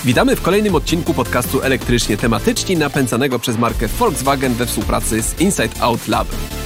Witamy w kolejnym odcinku podcastu Elektrycznie Tematyczni napędzanego przez markę Volkswagen we współpracy z Inside Out Lab.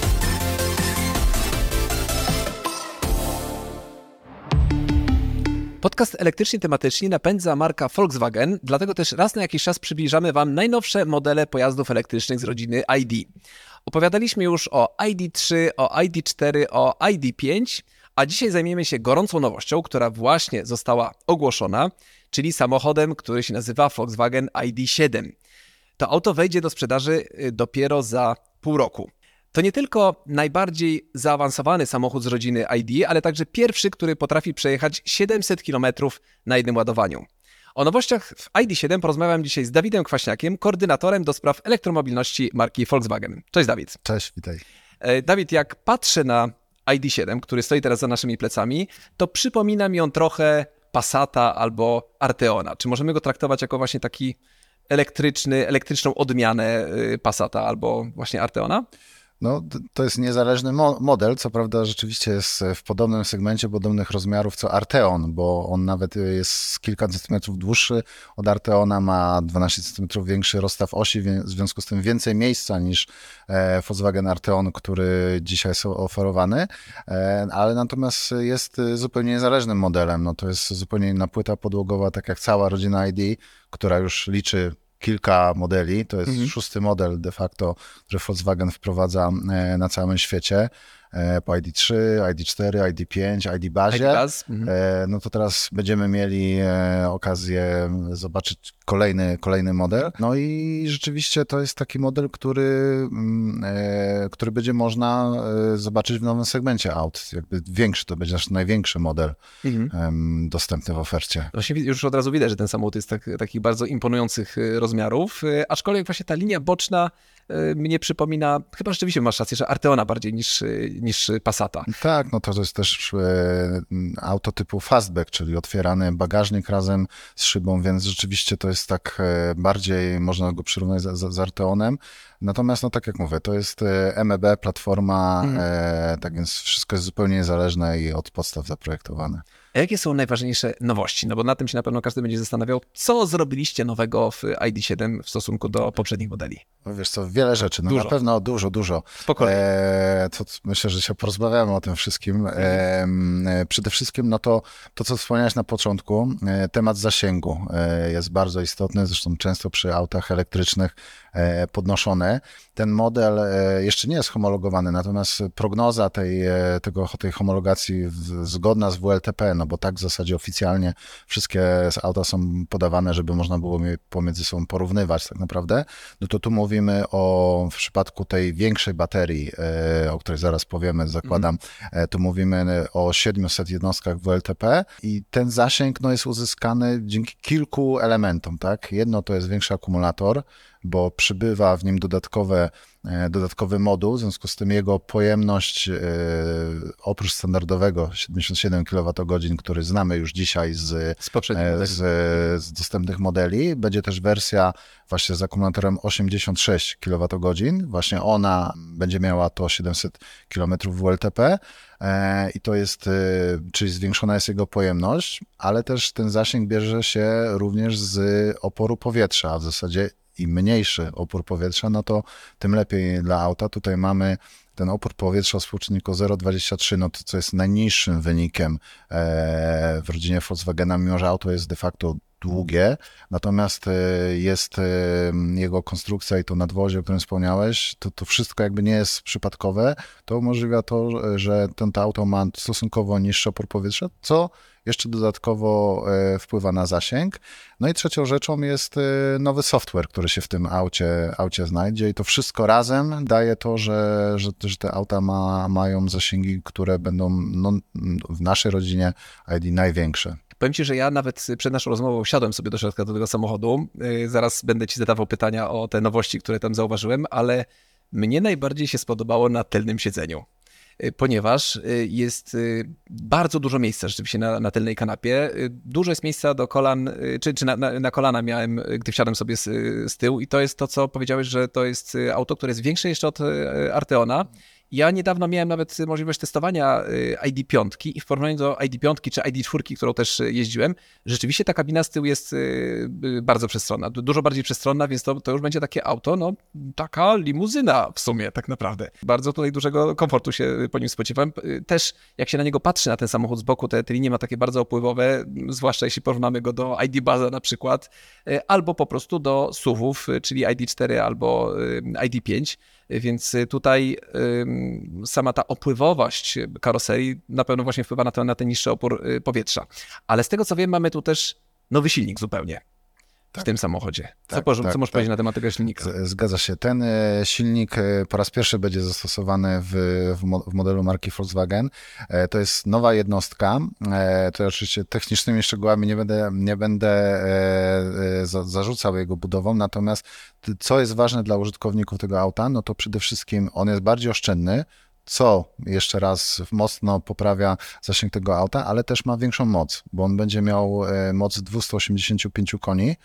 Podcast Elektrycznie Tematyczni napędza marka Volkswagen, dlatego też raz na jakiś czas przybliżamy Wam najnowsze modele pojazdów elektrycznych z rodziny ID. Opowiadaliśmy już o ID3, o ID4, o ID5, a dzisiaj zajmiemy się gorącą nowością, która właśnie została ogłoszona, czyli samochodem, który się nazywa Volkswagen ID7. To auto wejdzie do sprzedaży dopiero za pół roku. To nie tylko najbardziej zaawansowany samochód z rodziny ID, ale także pierwszy, który potrafi przejechać 700 km na jednym ładowaniu. O nowościach w ID7 porozmawiam dzisiaj z Dawidem Kwaśniakiem, koordynatorem do spraw elektromobilności marki Volkswagen. Cześć Dawid. Cześć, witaj. Dawid, jak patrzę na ID7, który stoi teraz za naszymi plecami, to przypomina mi on trochę Passata albo Arteona. Czy możemy go traktować jako właśnie taki elektryczną odmianę Passata albo właśnie Arteona? No, to jest niezależny model, co prawda rzeczywiście jest w podobnym segmencie, podobnych rozmiarów co Arteon, bo on nawet jest kilka centymetrów dłuższy od Arteona, ma 12 centymetrów większy rozstaw osi, w związku z tym więcej miejsca niż Volkswagen Arteon, który dzisiaj jest oferowany, ale natomiast jest zupełnie niezależnym modelem. No, to jest zupełnie inna płyta podłogowa, tak jak cała rodzina ID, która już liczy kilka modeli, to jest szósty model de facto, który Volkswagen wprowadza na całym świecie, po ID3, ID4, ID5, ID Bazie. No to teraz będziemy mieli okazję zobaczyć kolejny model. No i rzeczywiście to jest taki model, który będzie można zobaczyć w nowym segmencie aut. Jakby większy, to będzie nasz największy model dostępny w ofercie. Właśnie już od razu widać, że ten samochód jest takich bardzo imponujących rozmiarów, aczkolwiek właśnie ta linia boczna mnie przypomina, chyba rzeczywiście masz rację, że Arteona bardziej niż Passata. Tak, no to jest też auto typu fastback, czyli otwierany bagażnik razem z szybą, więc rzeczywiście to jest tak bardziej, można go przyrównać z Arteonem. Natomiast, no tak jak mówię, to jest MEB, platforma, tak więc wszystko jest zupełnie niezależne i od podstaw zaprojektowane. A jakie są najważniejsze nowości? No bo na tym się na pewno każdy będzie zastanawiał, co zrobiliście nowego w ID7 w stosunku do poprzednich modeli? No wiesz co, wiele rzeczy, no dużo. Na pewno dużo. Spokojnie. To myślę, że się porozmawiamy o tym wszystkim. Przede wszystkim, no to co wspomniałeś na początku, temat zasięgu jest bardzo istotny, zresztą często przy autach elektrycznych podnoszony. Ten model jeszcze nie jest homologowany, natomiast prognoza tej homologacji zgodna z WLTP, no bo tak w zasadzie oficjalnie wszystkie auta są podawane, żeby można było je pomiędzy sobą porównywać tak naprawdę, no to tu mówimy w przypadku tej większej baterii, o której zaraz powiemy, zakładam, tu mówimy o 700 jednostkach WLTP i ten zasięg jest uzyskany dzięki kilku elementom, tak? Jedno to jest większy akumulator, bo przybywa w nim dodatkowy moduł, w związku z tym jego pojemność oprócz standardowego 77 kWh, który znamy już dzisiaj z dostępnych modeli, będzie też wersja właśnie z akumulatorem 86 kWh, właśnie ona będzie miała to 700 km WLTP i to jest, czyli zwiększona jest jego pojemność, ale też ten zasięg bierze się również z oporu powietrza, a w zasadzie im mniejszy opór powietrza, no to tym lepiej dla auta. Tutaj mamy ten opór powietrza o współczynniku 0,23, no to co jest najniższym wynikiem w rodzinie Volkswagena, mimo że auto jest de facto długie, natomiast jest jego konstrukcja i to nadwozie, o którym wspomniałeś, to wszystko jakby nie jest przypadkowe, to umożliwia to, że to auto ma stosunkowo niższy opór powietrza, co jeszcze dodatkowo wpływa na zasięg. No i trzecią rzeczą jest nowy software, który się w tym aucie znajdzie i to wszystko razem daje to, że te auta mają zasięgi, które będą w naszej rodzinie ID największe. Powiem Ci, że ja nawet przed naszą rozmową wsiadłem sobie do środka do tego samochodu. Zaraz będę Ci zadawał pytania o te nowości, które tam zauważyłem, ale mnie najbardziej się spodobało na tylnym siedzeniu, ponieważ jest bardzo dużo miejsca rzeczywiście na tylnej kanapie. Dużo jest miejsca do kolan, czy na kolana miałem, gdy wsiadłem sobie z tyłu i to jest to, co powiedziałeś, że to jest auto, które jest większe jeszcze od Arteona Ja niedawno miałem nawet możliwość testowania ID.5 i w porównaniu do ID.5 czy ID.4, którą też jeździłem, rzeczywiście ta kabina z tyłu jest bardzo przestronna, dużo bardziej przestronna, więc to już będzie takie auto, no taka limuzyna w sumie tak naprawdę. Bardzo tutaj dużego komfortu się po nim spodziewałem. Też jak się na niego patrzy, na ten samochód z boku, te linie ma takie bardzo opływowe, zwłaszcza jeśli porównamy go do ID Buzza na przykład, albo po prostu do SUV-ów, czyli ID.4 albo ID.5, więc tutaj sama ta opływowość karoserii na pewno właśnie wpływa na ten niższy opór powietrza. Ale z tego co wiem, mamy tu też nowy silnik zupełnie w tym samochodzie. Co możesz powiedzieć na temat tego silnika? Zgadza się. Ten silnik po raz pierwszy będzie zastosowany w modelu marki Volkswagen. To jest nowa jednostka. To oczywiście technicznymi szczegółami nie będę zarzucał jego budową, natomiast co jest ważne dla użytkowników tego auta, no to przede wszystkim on jest bardziej oszczędny, co jeszcze raz mocno poprawia zasięg tego auta, ale też ma większą moc, bo on będzie miał moc 285 koni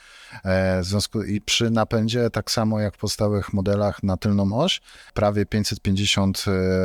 i przy napędzie, tak samo jak w pozostałych modelach na tylną oś, prawie 550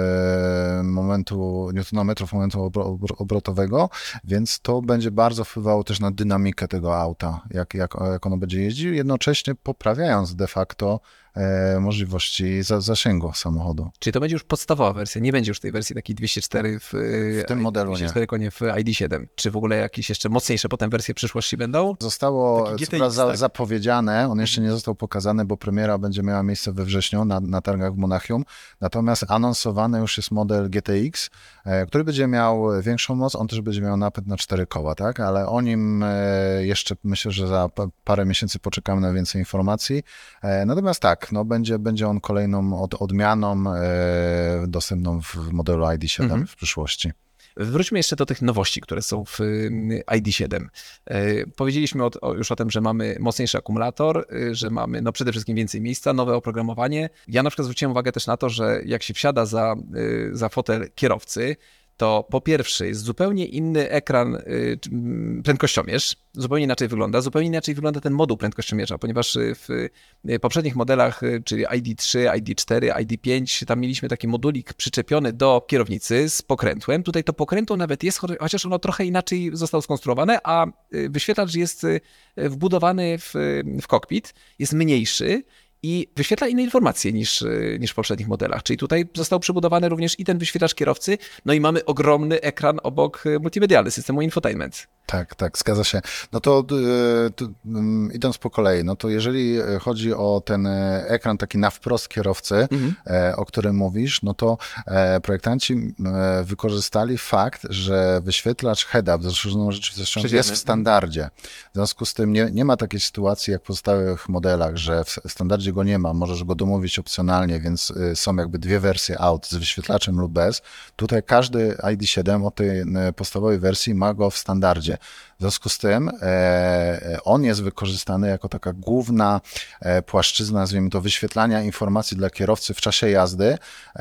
newtonometrów momentu obrotowego, więc to będzie bardzo wpływało też na dynamikę tego auta, jak ono będzie jeździł, jednocześnie poprawiając de facto możliwości zasięgu samochodu. Czyli to będzie już podstawowa wersja, nie będzie już tej wersji takiej 204 w tym modelu 204 konie w ID.7. Czy w ogóle jakieś jeszcze mocniejsze potem wersje w przyszłości będą? Zostało zapowiedziane, on jeszcze nie został pokazany, bo premiera będzie miała miejsce we wrześniu na targach w Monachium, natomiast anonsowany już jest model GTX, który będzie miał większą moc, on też będzie miał napęd na 4 koła, tak? Ale o nim jeszcze myślę, że za parę miesięcy poczekamy na więcej informacji. Natomiast tak, no będzie on kolejną odmianą dostępną w modelu ID.7 w przyszłości. Wróćmy jeszcze do tych nowości, które są w ID.7. Powiedzieliśmy już o tym, że mamy mocniejszy akumulator, że mamy przede wszystkim więcej miejsca, nowe oprogramowanie. Ja na przykład zwróciłem uwagę też na to, że jak się wsiada za fotel kierowcy, to po pierwsze jest zupełnie inny ekran, prędkościomierz, zupełnie inaczej wygląda ten moduł prędkościomierza, ponieważ w poprzednich modelach, czyli ID.3, ID.4, ID.5, tam mieliśmy taki modulik przyczepiony do kierownicy z pokrętłem. Tutaj to pokrętło nawet jest, chociaż ono trochę inaczej zostało skonstruowane, a wyświetlacz jest wbudowany w kokpit, jest mniejszy i wyświetla inne informacje niż w poprzednich modelach. Czyli tutaj został przybudowany również i ten wyświetlacz kierowcy, no i mamy ogromny ekran obok multimedialny systemu infotainment. Tak, zgadza się. No to idąc po kolei, no to jeżeli chodzi o ten ekran taki na wprost kierowcy, o którym mówisz, no to projektanci wykorzystali fakt, że wyświetlacz head-up z rozszerzoną rzeczywistością jest w standardzie. W związku z tym nie ma takiej sytuacji jak w pozostałych modelach, że w standardzie go nie ma, możesz go domówić opcjonalnie, więc są jakby dwie wersje aut z wyświetlaczem lub bez. Tutaj każdy ID.7 o tej podstawowej wersji ma go w standardzie. W związku z tym on jest wykorzystany jako taka główna płaszczyzna, nazwijmy to, wyświetlania informacji dla kierowcy w czasie jazdy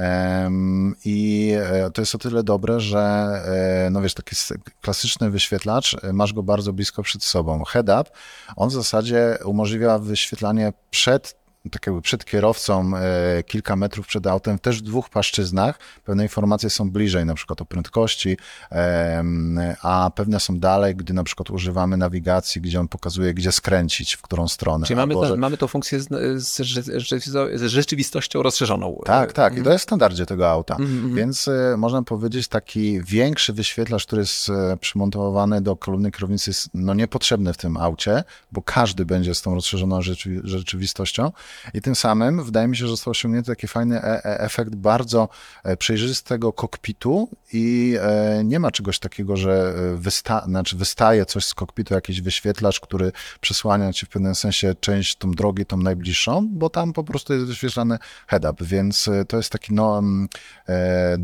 i to jest o tyle dobre, że no wiesz, taki klasyczny wyświetlacz, masz go bardzo blisko przed sobą. Head-up, on w zasadzie umożliwia wyświetlanie tak jakby przed kierowcą, kilka metrów przed autem, też w dwóch płaszczyznach. Pewne informacje są bliżej, na przykład o prędkości, a pewne są dalej, gdy na przykład używamy nawigacji, gdzie on pokazuje, gdzie skręcić, w którą stronę. Czyli mamy tą funkcję z rzeczywistością rozszerzoną. Tak. I to jest w standardzie tego auta. Więc można powiedzieć, taki większy wyświetlacz, który jest przymontowany do kolumny kierownicy, jest niepotrzebny w tym aucie, bo każdy będzie z tą rozszerzoną rzeczywistością. I tym samym wydaje mi się, że został osiągnięty taki fajny efekt bardzo przejrzystego kokpitu i nie ma czegoś takiego, że wystaje coś z kokpitu, jakiś wyświetlacz, który przesłania ci w pewnym sensie część tą drogi, tą najbliższą, bo tam po prostu jest wyświetlany head-up, więc to jest taki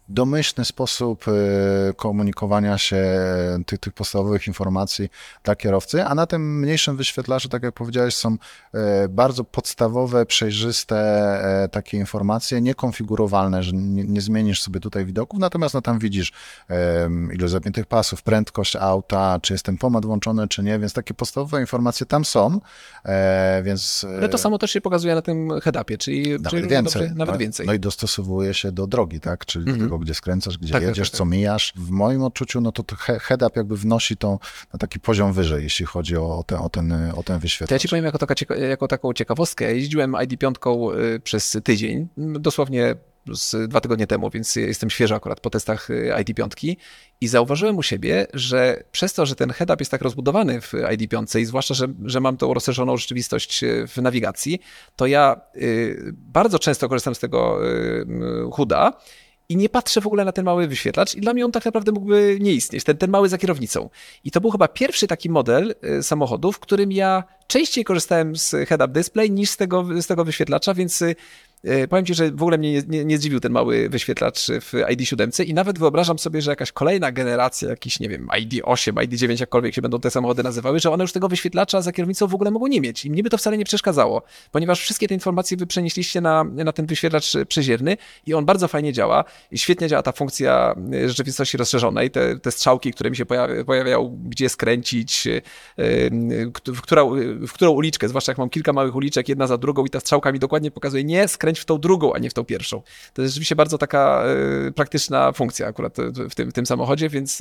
domyślny sposób komunikowania się tych podstawowych informacji dla kierowcy, a na tym mniejszym wyświetlaczu, tak jak powiedziałeś, są bardzo podstawowe, przejrzyste takie informacje, niekonfigurowalne, że nie zmienisz sobie tutaj widoków, natomiast no, tam widzisz ilość zapiętych pasów, prędkość auta, czy jest tempomat włączony, czy nie, więc takie podstawowe informacje tam są, więc... Ale to samo też się pokazuje na tym head-upie, czyli więcej. Nawet więcej. No i dostosowuje się do drogi, tak? Czyli do tego, gdzie skręcasz, gdzie Tak, jedziesz, tak. co mijasz. W moim odczuciu, no to head-up jakby wnosi to na taki poziom wyżej, jeśli chodzi o ten wyświetlacz. To ja ci powiem jako taką ciekawostkę. Jeździłem ID5 przez tydzień, dosłownie z 2 tygodnie temu, więc jestem świeży akurat po testach ID5 i zauważyłem u siebie, że przez to, że ten head-up jest tak rozbudowany w ID5 i zwłaszcza, że mam tą rozszerzoną rzeczywistość w nawigacji, to ja bardzo często korzystam z tego HUD-a i nie patrzę w ogóle na ten mały wyświetlacz i dla mnie on tak naprawdę mógłby nie istnieć, ten mały za kierownicą. I to był chyba pierwszy taki model samochodu, w którym ja częściej korzystałem z head-up display niż z tego wyświetlacza, więc powiem ci, że w ogóle mnie nie zdziwił ten mały wyświetlacz w ID7 i nawet wyobrażam sobie, że jakaś kolejna generacja, jakiś, nie wiem, ID8, ID9, jakkolwiek się będą te samochody nazywały, że one już tego wyświetlacza za kierownicą w ogóle mogą nie mieć. I mnie by to wcale nie przeszkadzało, ponieważ wszystkie te informacje wy przenieśliście na ten wyświetlacz przezierny i on bardzo fajnie działa. I świetnie działa ta funkcja rzeczywistości rozszerzonej, te strzałki, które mi się pojawiają, gdzie skręcić, w którą uliczkę, zwłaszcza jak mam kilka małych uliczek, jedna za drugą i ta strzałka mi dokładnie pokazuje, nie, skręć w tą drugą, a nie w tą pierwszą. To jest rzeczywiście bardzo taka praktyczna funkcja akurat w tym samochodzie, więc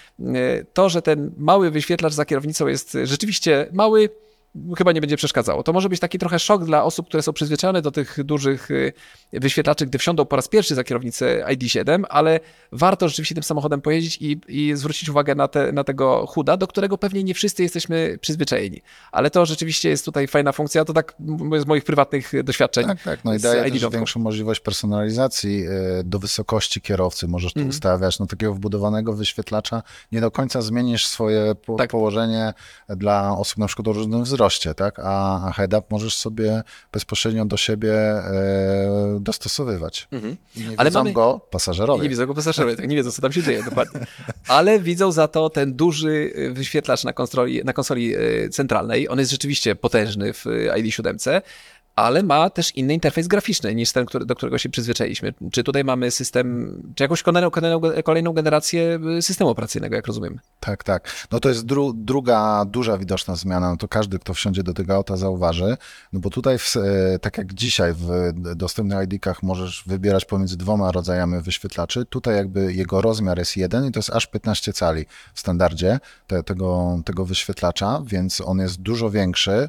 to, że ten mały wyświetlacz za kierownicą jest rzeczywiście mały, chyba nie będzie przeszkadzało. To może być taki trochę szok dla osób, które są przyzwyczajone do tych dużych wyświetlaczy, gdy wsiądą po raz pierwszy za kierownicę ID7, ale warto rzeczywiście tym samochodem pojeździć i zwrócić uwagę na tego HUD-a, do którego pewnie nie wszyscy jesteśmy przyzwyczajeni. Ale to rzeczywiście jest tutaj fajna funkcja, to tak z moich prywatnych doświadczeń. Tak. No i daje też większą możliwość personalizacji do wysokości kierowcy. Możesz tu ustawiać, no takiego wbudowanego wyświetlacza nie do końca zmienisz swoje położenie dla osób na przykład o różnym wzroście, tak? A head-up możesz sobie bezpośrednio do siebie dostosowywać. Nie Ale widzą go pasażerowie. Nie widzą go pasażerowie, tak nie wiedzą, co tam się dzieje dokładnie. Ale widzą za to ten duży wyświetlacz na konsoli centralnej. On jest rzeczywiście potężny w ID7, ale ma też inny interfejs graficzny niż ten, do którego się przyzwyczailiśmy. Czy tutaj mamy system, czy jakąś kolejną generację systemu operacyjnego, jak rozumiem? Tak. No to jest druga duża widoczna zmiana. No to każdy, kto wsiądzie do tego auta, zauważy. No bo tutaj, tak jak dzisiaj w dostępnych ID-kach możesz wybierać pomiędzy 2 rodzajami wyświetlaczy, tutaj jakby jego rozmiar jest 1 i to jest aż 15 cali w standardzie tego wyświetlacza, więc on jest dużo większy.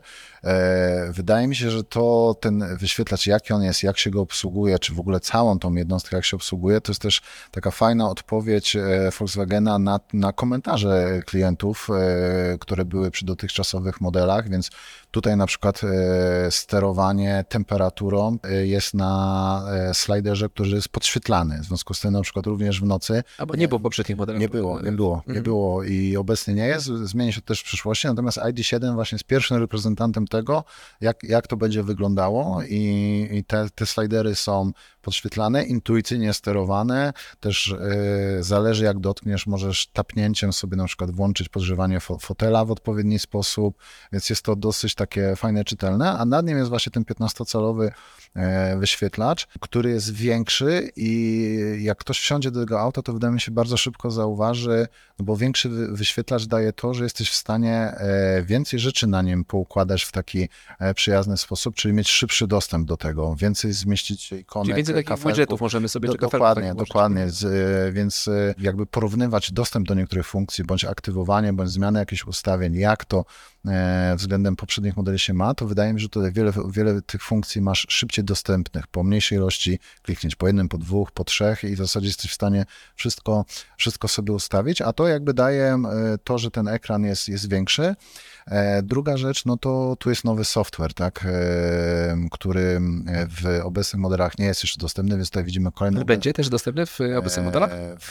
Wydaje mi się, że ten wyświetlacz, jaki on jest, jak się go obsługuje, czy w ogóle całą tą jednostkę, jak się obsługuje, to jest też taka fajna odpowiedź Volkswagena na komentarze klientów, które były przy dotychczasowych modelach, więc tutaj na przykład sterowanie temperaturą jest na sliderze, który jest podświetlany. W związku z tym na przykład również w nocy. Albo nie było w poprzednich modelach. Nie było i obecnie nie jest. Zmieni się też w przyszłości, natomiast ID7 właśnie jest pierwszym reprezentantem tego, jak to będzie wyglądało i te slidery są podświetlane, intuicyjnie sterowane, też zależy jak dotkniesz, możesz tapnięciem sobie na przykład włączyć podgrzewanie fotela w odpowiedni sposób, więc jest to dosyć takie fajne, czytelne, a nad nim jest właśnie ten 15-calowy wyświetlacz, który jest większy i jak ktoś wsiądzie do tego auta, to wydaje mi się bardzo szybko zauważy, no bo większy wyświetlacz daje to, że jesteś w stanie więcej rzeczy na nim poukładać w taki przyjazny sposób, czyli mieć szybszy dostęp do tego, więcej zmieścić ikonek, czyli więcej takich widgetów możemy sobie, czy kafelków. Dokładnie, więc jakby porównywać dostęp do niektórych funkcji, bądź aktywowanie, bądź zmianę jakichś ustawień, jak to względem poprzednich modeli się ma, to wydaje mi się, że tutaj wiele tych funkcji masz szybciej dostępnych, po mniejszej ilości kliknięć, po 1, po 2, po 3 i w zasadzie jesteś w stanie wszystko sobie ustawić, a to jakby daje to, że ten ekran jest większy. Druga rzecz, no to tu jest nowy software, tak? który w obecnych modelach nie jest jeszcze dostępny, więc tutaj widzimy kolejny... Ale będzie też dostępny w obecnych modelach?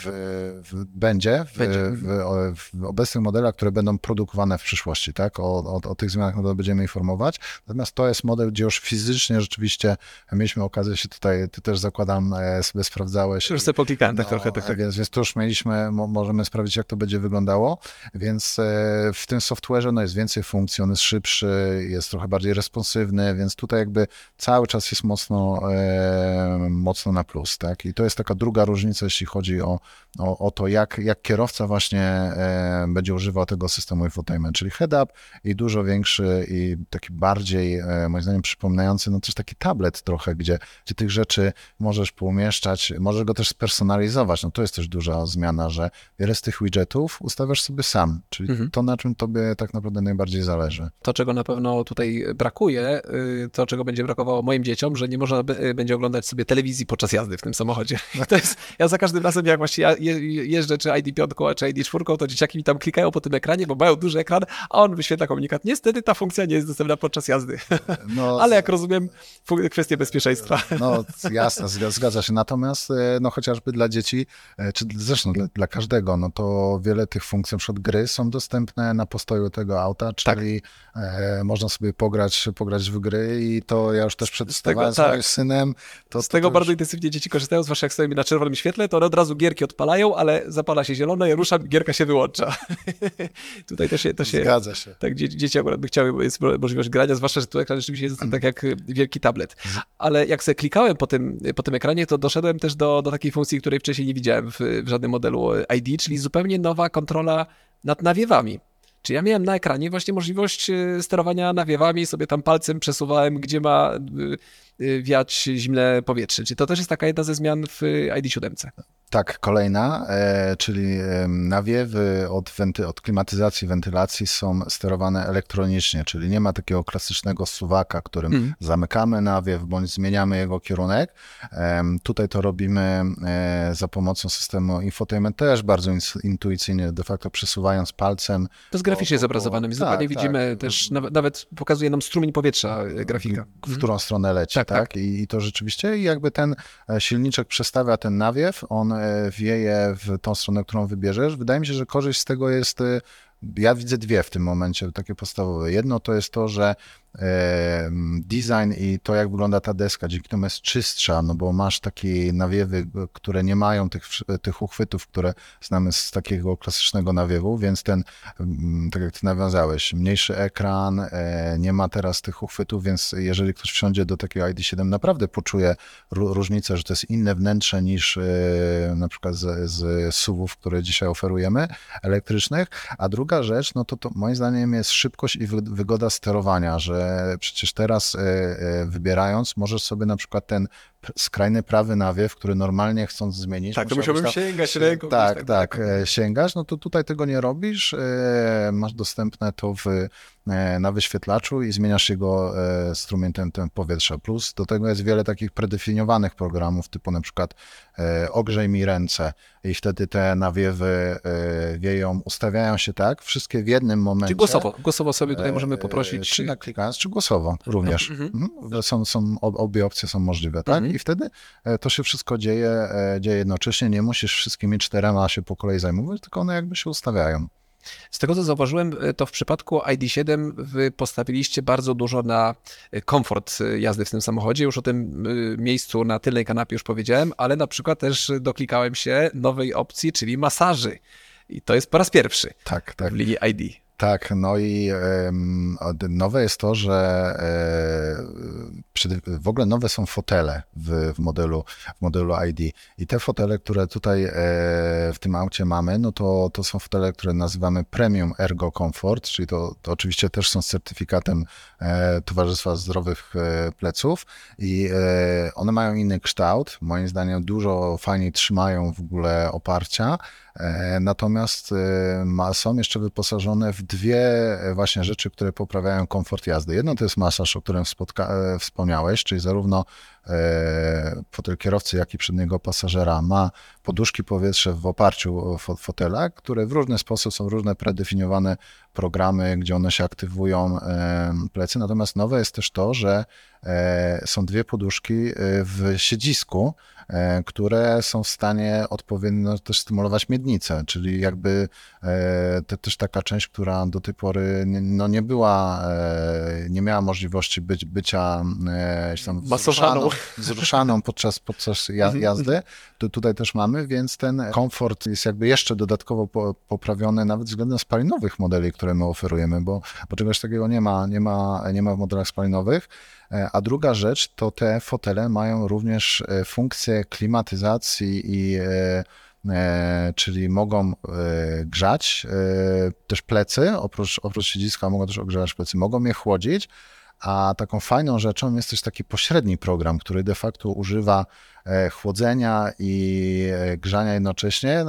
Będzie. W obecnych modelach, które będą produkowane w przyszłości, tak? O tych zmianach nadal będziemy informować. Natomiast to jest model, gdzie już fizycznie rzeczywiście mieliśmy okazję się tutaj, ty też zakładam, sobie sprawdzałeś. Już sobie poklikałem tak trochę. Tak. Więc tu już mieliśmy, możemy sprawdzić, jak to będzie wyglądało. Więc w tym software'ze no, jest więcej funkcji, on jest szybszy, jest trochę bardziej responsywny, więc tutaj jakby cały czas jest mocno na plus, tak? I to jest taka druga różnica, jeśli chodzi o to, jak kierowca właśnie będzie używał tego systemu infotainment, czyli head-up i dużo większy i taki bardziej, moim zdaniem, przypominający, no też taki tablet trochę, gdzie tych rzeczy możesz poumieszczać, możesz go też spersonalizować. No to jest też duża zmiana, że wiele z tych widgetów ustawiasz sobie sam, czyli to, na czym tobie tak naprawdę najbardziej zależy. To, czego na pewno tutaj brakuje, to, czego będzie brakowało moim dzieciom, że nie można będzie oglądać sobie telewizji podczas jazdy w tym samochodzie. To jest, ja za każdym razem, jak właśnie jeżdżę czy ID5, czy ID4, to dzieciaki mi tam klikają po tym ekranie, bo mają duży ekran, a on wyświetla komunikat. Niestety ta funkcja nie jest dostępna podczas jazdy. No, ale jak rozumiem, kwestie bezpieczeństwa. No jasne, zgadza się. Natomiast no chociażby dla dzieci, czy zresztą dla każdego, no to wiele tych funkcji, na przykład gry są dostępne na postoju tego auta, czyli można sobie pograć w gry i to ja już też przetestowałem z moim synem. Z tego bardzo intensywnie dzieci korzystają, zwłaszcza jak stoją mi na czerwonym świetle, to one od razu gierki odpalają, ale zapala się zielone, ja ruszam, gierka się wyłącza. Tutaj to się... Zgadza się. Tak, dzieci akurat by chciały możliwość grania, zwłaszcza, że tu ekran rzeczywiście jest tak jak wielki tablet. Ale jak sobie klikałem po tym ekranie, to doszedłem też do takiej funkcji, której wcześniej nie widziałem w żadnym modelu ID, czyli zupełnie nowa kontrola nad nawiewami. Czyli ja miałem na ekranie właśnie możliwość sterowania nawiewami, sobie tam palcem przesuwałem, gdzie ma wiać zimne powietrze. Czy to też jest taka jedna ze zmian w ID7? Tak, kolejna, czyli nawiewy od klimatyzacji, wentylacji są sterowane elektronicznie, czyli nie ma takiego klasycznego suwaka, którym zamykamy nawiew bądź zmieniamy jego kierunek. Tutaj to robimy za pomocą systemu infotainment, też bardzo intuicyjnie, de facto przesuwając palcem. To jest graficznie zobrazowane, więc dokładnie widzimy też, nawet pokazuje nam strumień powietrza grafika. W którą stronę leci, tak? I to rzeczywiście, jakby ten silniczek przestawia ten nawiew, on wieje w tą stronę, którą wybierzesz. Wydaje mi się, że korzyść z tego jest, ja widzę dwie w tym momencie, takie podstawowe. Jedno to jest to, że design i to, jak wygląda ta deska, dzięki temu jest czystsza, no bo masz takie nawiewy, które nie mają tych uchwytów, które znamy z takiego klasycznego nawiewu, więc ten, tak jak ty nawiązałeś, mniejszy ekran, nie ma teraz tych uchwytów, więc jeżeli ktoś wsiądzie do takiego ID7, naprawdę poczuje różnicę, że to jest inne wnętrze niż na przykład z SUV-ów, które dzisiaj oferujemy, elektrycznych. A druga rzecz, no to moim zdaniem jest szybkość i wygoda sterowania, że przecież teraz wybierając, możesz sobie na przykład ten skrajny prawy nawiew, który normalnie chcąc zmienić... Tak, to musiałbym sięgać ręką. Tak, sięgasz, no to tutaj tego nie robisz, masz dostępne to na wyświetlaczu i zmieniasz jego strumień ten powietrza. Plus do tego jest wiele takich predefiniowanych programów, typu na przykład ogrzej mi ręce i wtedy te nawiewy wieją, ustawiają się tak, wszystkie w jednym momencie. Czyli głosowo sobie tutaj możemy poprosić. Czy naklikając, czy głosowo również. Obie opcje są możliwe, tak? I wtedy to się wszystko dzieje jednocześnie, nie musisz wszystkimi 4 się po kolei zajmować, tylko one jakby się ustawiają. Z tego, co zauważyłem, to w przypadku ID7 wy postawiliście bardzo dużo na komfort jazdy w tym samochodzie. Już o tym miejscu na tylnej kanapie już powiedziałem, ale na przykład też doklikałem się nowej opcji, czyli masaży. I to jest po raz pierwszy w linii ID. Tak, no i nowe jest to, że w ogóle nowe są fotele w modelu ID. I te fotele, które tutaj w tym aucie mamy, no to są fotele, które nazywamy Premium Ergo Comfort, czyli to oczywiście też są z certyfikatem Towarzystwa Zdrowych Pleców i one mają inny kształt. Moim zdaniem dużo fajniej trzymają w ogóle oparcia. Natomiast są jeszcze wyposażone w 2 właśnie rzeczy, które poprawiają komfort jazdy. Jedno to jest masaż, o którym wspomniałeś, czyli zarówno fotel kierowcy, jak i przedniego pasażera ma poduszki powietrze w oparciu o fotela, które w różny sposób są różne predefiniowane programy, gdzie one się aktywują plecy. Natomiast nowe jest też to, że są dwie poduszki w siedzisku, które są w stanie odpowiednio też stymulować miednicę, czyli jakby też taka część, która do tej pory nie miała możliwości bycia tam wzruszaną podczas jazdy, to tutaj też mamy, więc ten komfort jest jakby jeszcze dodatkowo poprawiony nawet względem spalinowych modeli, które my oferujemy, bo czegoś takiego nie ma w modelach spalinowych. A druga rzecz, to te fotele mają również funkcję klimatyzacji czyli mogą grzać też plecy, oprócz siedziska mogą też ogrzewać plecy, mogą je chłodzić, a taką fajną rzeczą jest też taki pośredni program, który de facto używa chłodzenia i grzania jednocześnie.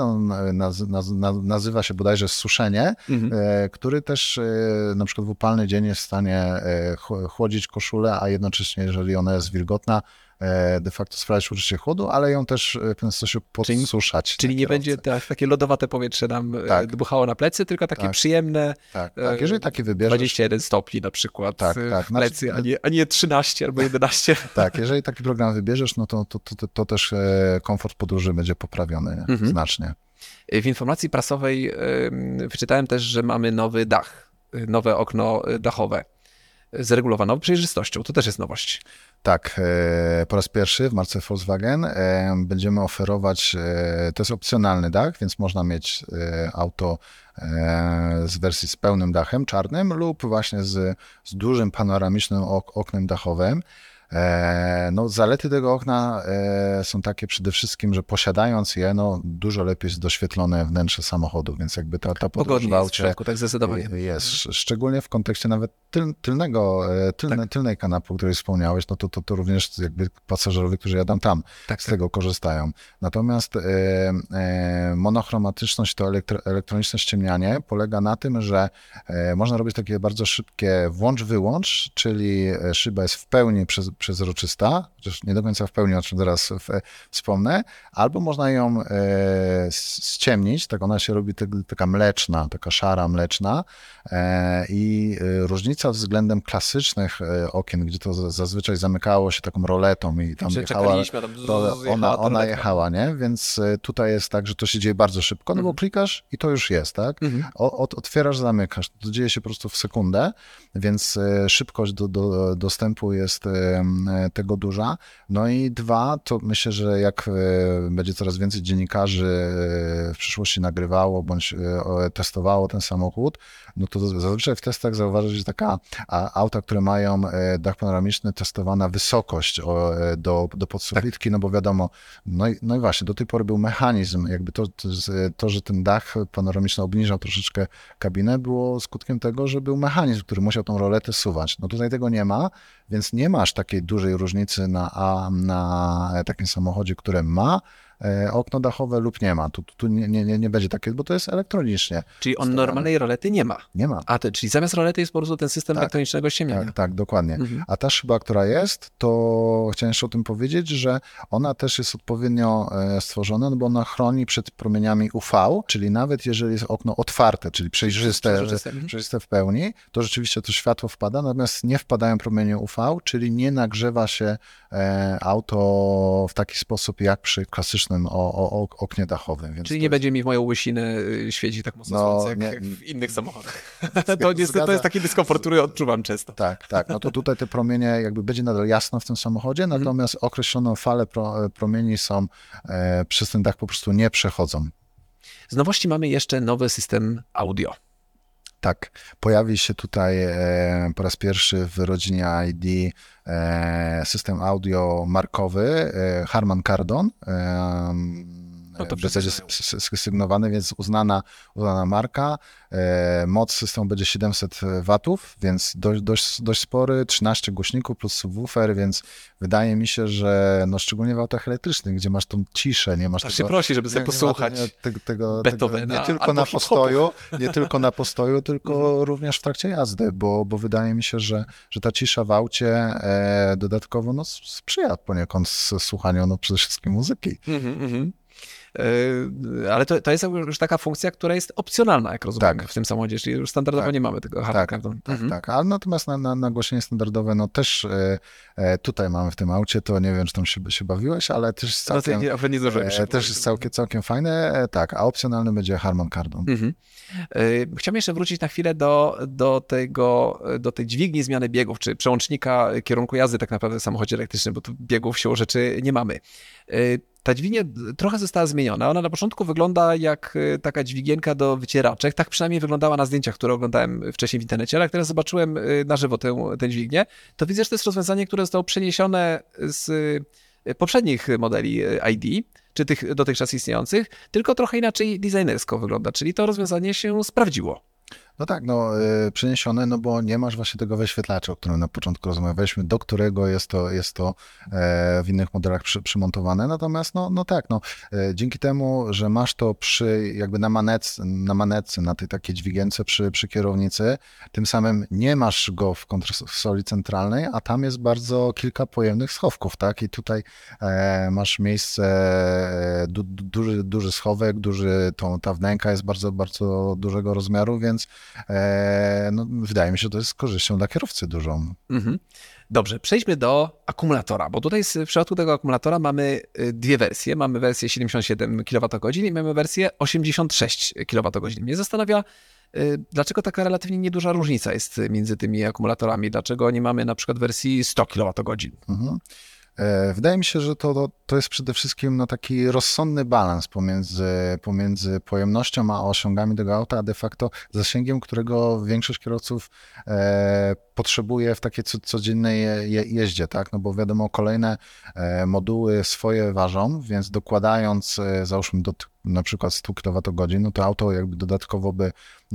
Nazywa się bodajże suszenie, który też na przykład w upalny dzień jest w stanie chłodzić koszulę, a jednocześnie, jeżeli ona jest wilgotna, de facto sprawiać uczucie chłodu, ale ją też w pewien sposób podsuszać. Czyli nie będzie takie lodowate powietrze nam dmuchało na plecy, tylko takie przyjemne. Tak. Jeżeli takie wybierzesz. 21 stopni na przykład w plecy, a nie 13 albo 11. Tak, jeżeli taki program wybierzesz, no to też komfort podróży będzie poprawiony znacznie. W informacji prasowej wyczytałem też, że mamy nowy dach, nowe okno dachowe z regulowaną przejrzystością. To też jest nowość. Tak, po raz pierwszy w marce Volkswagen będziemy oferować, to jest opcjonalny dach, więc można mieć auto z wersji z pełnym dachem czarnym lub właśnie z dużym panoramicznym oknem dachowym. No, zalety tego okna są takie przede wszystkim, że posiadając je, dużo lepiej jest doświetlone wnętrze samochodu, więc jakby ta podróż w aucie tak zdecydowanie jest, szczególnie w kontekście nawet tylnej kanapy, o której wspomniałeś, no to również jakby pasażerowie, którzy jadą tam, z tego korzystają. Natomiast monochromatyczność, to elektroniczne ściemnianie polega na tym, że można robić takie bardzo szybkie włącz-wyłącz, czyli szyba jest w pełni przezroczysta, chociaż nie do końca w pełni, o czym zaraz wspomnę, albo można ją ściemnić, tak ona się robi taka mleczna, taka szara mleczna i różnica względem klasycznych okien, gdzie to zazwyczaj zamykało się taką roletą i tam ona jechała, nie? Więc tutaj jest tak, że to się dzieje bardzo szybko, no bo klikasz i to już jest, tak? Otwierasz, zamykasz, to dzieje się po prostu w sekundę, więc szybkość do dostępu jest tego duża. No i dwa, to myślę, że jak będzie coraz więcej dziennikarzy w przyszłości nagrywało bądź testowało ten samochód, no to zazwyczaj w testach zauważysz, że taka auta, które mają dach panoramiczny, testowana wysokość do podsufitki, no bo wiadomo, no i właśnie, do tej pory był mechanizm, jakby to, że ten dach panoramiczny obniżał troszeczkę kabinę, było skutkiem tego, że był mechanizm, który musiał tą roletę suwać. No tutaj tego nie ma, więc nie masz takiej dużej różnicy na takim samochodzie, które ma okno dachowe lub nie ma. Tu nie będzie takie, bo to jest elektronicznie. Czyli on normalnej rolety nie ma. Nie ma. Czyli zamiast rolety jest po prostu ten system elektronicznego ściemniania. Tak, dokładnie. A ta szyba, która jest, to chciałem jeszcze o tym powiedzieć, że ona też jest odpowiednio stworzona, no bo ona chroni przed promieniami UV, czyli nawet jeżeli jest okno otwarte, czyli przejrzyste w pełni, to rzeczywiście to światło wpada, natomiast nie wpadają promienie UV, czyli nie nagrzewa się auto w taki sposób jak przy klasycznym oknie dachowym. Więc czyli nie będzie mi w moją łysinę świecić tak mocno słońce jak w innych samochodach. To niestety to jest taki dyskomfort, który odczuwam często. Tak. No to tutaj te promienie jakby będzie nadal jasno w tym samochodzie, natomiast określoną falę promieni są przez ten dach po prostu nie przechodzą. Z nowości mamy jeszcze nowy system audio. Tak, pojawi się tutaj po raz pierwszy w rodzinie ID system audio markowy Harman Kardon. W zasadzie sygnowany, więc uznana marka. Moc systemu będzie 700 watów, więc dość spory, 13 głośników plus subwoofer, więc wydaje mi się, że szczególnie w autach elektrycznych, gdzie masz tą ciszę, nie masz tego... się prosi, żeby sobie posłuchać Beethovena, nie tylko na postoju, tylko również w trakcie jazdy, bo wydaje mi się, że ta cisza w aucie dodatkowo sprzyja poniekąd słuchaniu przede wszystkim muzyki. Ale to jest już taka funkcja, która jest opcjonalna, jak rozumiem, Tak. w tym samochodzie, czyli już standardowo nie mamy tego hard cardon. Tak. Ale natomiast na nagłośnienie standardowe, no też tutaj mamy w tym aucie, to nie wiem, czy tam się bawiłeś, ale też jest całkiem, Nie zdążyłem jeszcze też jest całkiem fajne, tak, a opcjonalny będzie Harman Kardon. Chciałbym jeszcze wrócić na chwilę do tej dźwigni zmiany biegów, czy przełącznika kierunku jazdy tak naprawdę w samochodzie elektrycznym, bo tu biegów siłą rzeczy nie mamy. Ta dźwignia trochę została zmieniona. Ona na początku wygląda jak taka dźwigienka do wycieraczek. Tak przynajmniej wyglądała na zdjęciach, które oglądałem wcześniej w internecie, ale jak teraz zobaczyłem na żywo tę dźwignię, to widzę, że to jest rozwiązanie, które zostało przeniesione z poprzednich modeli ID, czy tych dotychczas istniejących, tylko trochę inaczej designersko wygląda, czyli to rozwiązanie się sprawdziło. No tak, przeniesione, no bo nie masz właśnie tego wyświetlacza, o którym na początku rozmawialiśmy, do którego jest to w innych modelach przymontowane. Natomiast dzięki temu, że masz to jakby na manetce, na tej takiej dźwigience przy kierownicy, tym samym nie masz go w konsoli centralnej, a tam jest bardzo kilka pojemnych schowków, tak? I tutaj masz miejsce, duży schowek, ta wnęka jest bardzo, bardzo dużego rozmiaru, więc wydaje mi się, że to jest z korzyścią dla kierowcy dużą. Dobrze, przejdźmy do akumulatora, bo tutaj w przypadku tego akumulatora mamy dwie wersje. Mamy wersję 77 kWh i mamy wersję 86 kWh. Mnie zastanawia, dlaczego taka relatywnie nieduża różnica jest między tymi akumulatorami. Dlaczego nie mamy na przykład wersji 100 kWh? Wydaje mi się, że to jest przede wszystkim taki rozsądny balans pomiędzy pojemnością a osiągami tego auta, a de facto zasięgiem, którego większość kierowców potrzebuje w takiej codziennej jeździe, tak? No bo wiadomo, kolejne moduły swoje ważą, więc dokładając, załóżmy na przykład 100 kWh, no to auto jakby dodatkowo by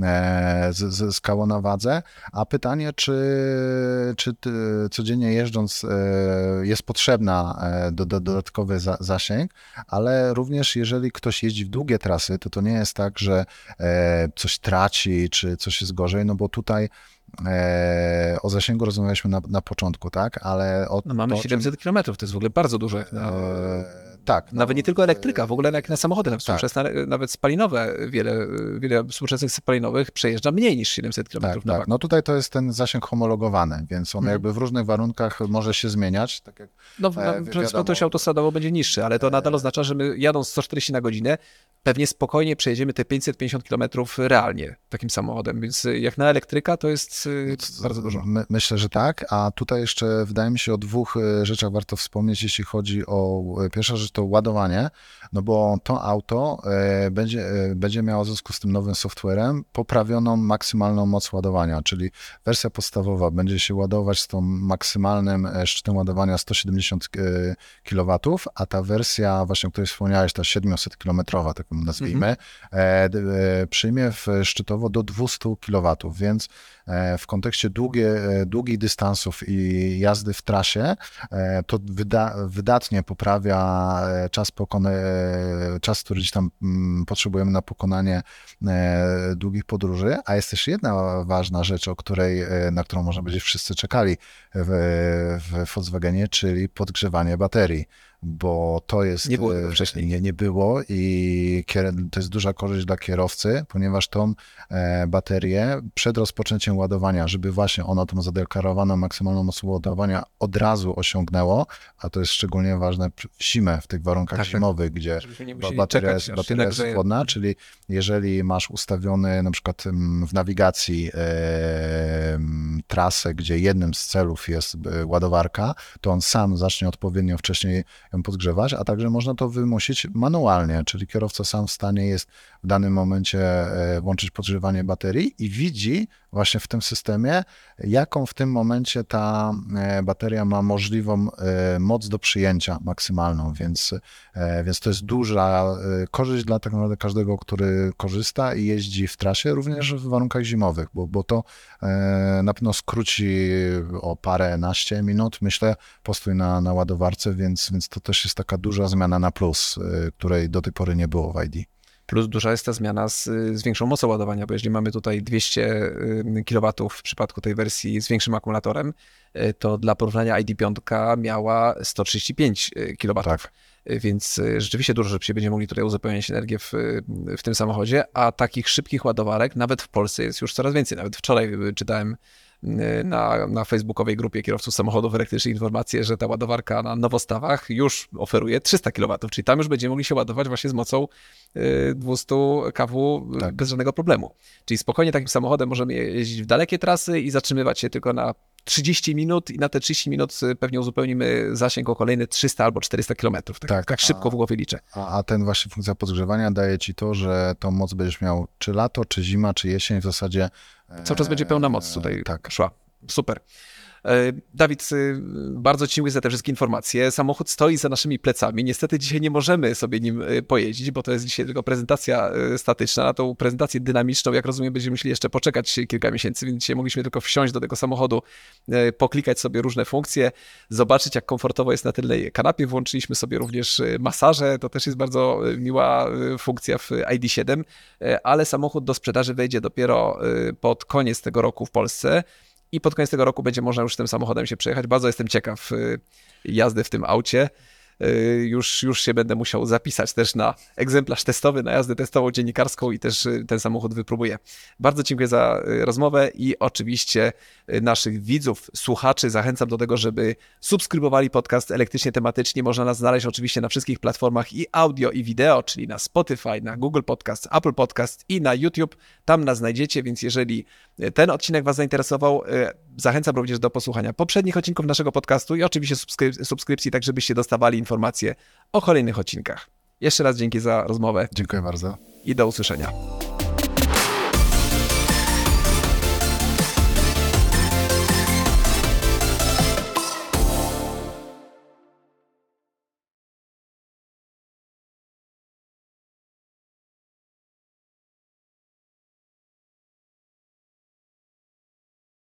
zyskało na wadze, a pytanie, czy codziennie jeżdżąc jest potrzebna dodatkowy zasięg, ale również jeżeli ktoś jeździ w długie trasy, to nie jest tak, że coś traci, czy coś jest gorzej, no bo tutaj o zasięgu rozmawialiśmy na początku, tak? Ale mamy 700 km, to jest w ogóle bardzo dużo. Tak. Nawet nie tylko elektryka, w ogóle jak na samochody współczesne, nawet spalinowe, wiele współczesnych spalinowych przejeżdża mniej niż 700 km na tak. No tutaj to jest ten zasięg homologowany, więc on jakby w różnych warunkach może się zmieniać. Tak jak, prędkość autostradowo będzie niższy, ale to nadal oznacza, że my jadąc 140 na godzinę, pewnie spokojnie przejedziemy te 550 km realnie takim samochodem, więc jak na elektryka to jest bardzo dużo. Myślę, że tak, a tutaj jeszcze wydaje mi się o dwóch rzeczach warto wspomnieć, jeśli chodzi o pierwsza rzecz to ładowanie, no bo to auto będzie miało w związku z tym nowym softwarem poprawioną maksymalną moc ładowania, czyli wersja podstawowa będzie się ładować z tą maksymalnym szczytem ładowania 170 kW, a ta wersja właśnie, o której wspomniałeś, ta 700-kilometrowa, tak ją nazwijmy, przyjmie szczytowo do 200 kW, więc w kontekście długich dystansów i jazdy w trasie, to wydatnie poprawia czas, który gdzieś tam potrzebujemy na pokonanie długich podróży, a jest też jedna ważna rzecz, na którą może będzie wszyscy czekali w Volkswagenie, czyli podgrzewanie baterii, bo to jest... Nie było tego wcześniej. Nie było i to jest duża korzyść dla kierowcy, ponieważ tą baterię przed rozpoczęciem ładowania, żeby właśnie ono tą zadeklarowaną maksymalną moc ładowania od razu osiągnęło, a to jest szczególnie ważne w zimę, w tych warunkach zimowych, gdzie bateria jest chłodna, czyli jeżeli masz ustawiony na przykład w nawigacji trasę, gdzie jednym z celów jest ładowarka, to on sam zacznie odpowiednio wcześniej ją podgrzewać, a także można to wymusić manualnie, czyli kierowca sam w stanie jest w danym momencie włączyć podgrzewanie baterii i widzi właśnie w tym systemie, jaką w tym momencie ta bateria ma możliwą moc do przyjęcia maksymalną, więc to jest duża korzyść dla tak naprawdę każdego, który korzysta i jeździ w trasie, również w warunkach zimowych, bo to na pewno skróci o paręnaście minut, myślę, postój na ładowarce, więc to też jest taka duża zmiana na plus, której do tej pory nie było w ID. Plus duża jest ta zmiana z większą mocą ładowania, bo jeżeli mamy tutaj 200 kW w przypadku tej wersji z większym akumulatorem, to dla porównania ID5 miała 135 kW. Tak. więc rzeczywiście dużo szybciej będziemy mogli tutaj uzupełniać energię w tym samochodzie, a takich szybkich ładowarek nawet w Polsce jest już coraz więcej. Nawet wczoraj czytałem na facebookowej grupie kierowców samochodów elektrycznych informację, że ta ładowarka na Nowostawach już oferuje 300 kW, czyli tam już będziemy mogli się ładować właśnie z mocą 200 kW bez żadnego problemu. Czyli spokojnie takim samochodem możemy jeździć w dalekie trasy i zatrzymywać się tylko na 30 minut i na te 30 minut pewnie uzupełnimy zasięg o kolejne 300 albo 400 km. Tak szybko w głowie liczę. A ten właśnie funkcja podgrzewania daje ci to, że tą moc będziesz miał czy lato, czy zima, czy jesień w zasadzie. Cały czas będzie pełna moc tutaj tak. szła. Super. Dawid, bardzo Ci dziękuję za te wszystkie informacje. Samochód stoi za naszymi plecami. Niestety dzisiaj nie możemy sobie nim pojeździć, bo to jest dzisiaj tylko prezentacja statyczna. Na tą prezentację dynamiczną, jak rozumiem, będziemy musieli jeszcze poczekać kilka miesięcy, więc dzisiaj mogliśmy tylko wsiąść do tego samochodu, poklikać sobie różne funkcje, zobaczyć, jak komfortowo jest na tylnej kanapie. Włączyliśmy sobie również masaże. To też jest bardzo miła funkcja w ID.7, ale samochód do sprzedaży wejdzie dopiero pod koniec tego roku w Polsce. I pod koniec tego roku będzie można już tym samochodem się przejechać. Bardzo jestem ciekaw jazdy w tym aucie. Już się będę musiał zapisać też na egzemplarz testowy, na jazdę testową dziennikarską i też ten samochód wypróbuję. Bardzo dziękuję za rozmowę i oczywiście naszych widzów, słuchaczy zachęcam do tego, żeby subskrybowali podcast Elektrycznie Tematycznie. Można nas znaleźć oczywiście na wszystkich platformach i audio, i wideo, czyli na Spotify, na Google Podcast, Apple Podcast i na YouTube. Tam nas znajdziecie, więc jeżeli ten odcinek Was zainteresował, zachęcam również do posłuchania poprzednich odcinków naszego podcastu i oczywiście subskrypcji, tak żebyście dostawali informacje o kolejnych odcinkach. Jeszcze raz dzięki za rozmowę. Dziękuję bardzo. I do usłyszenia.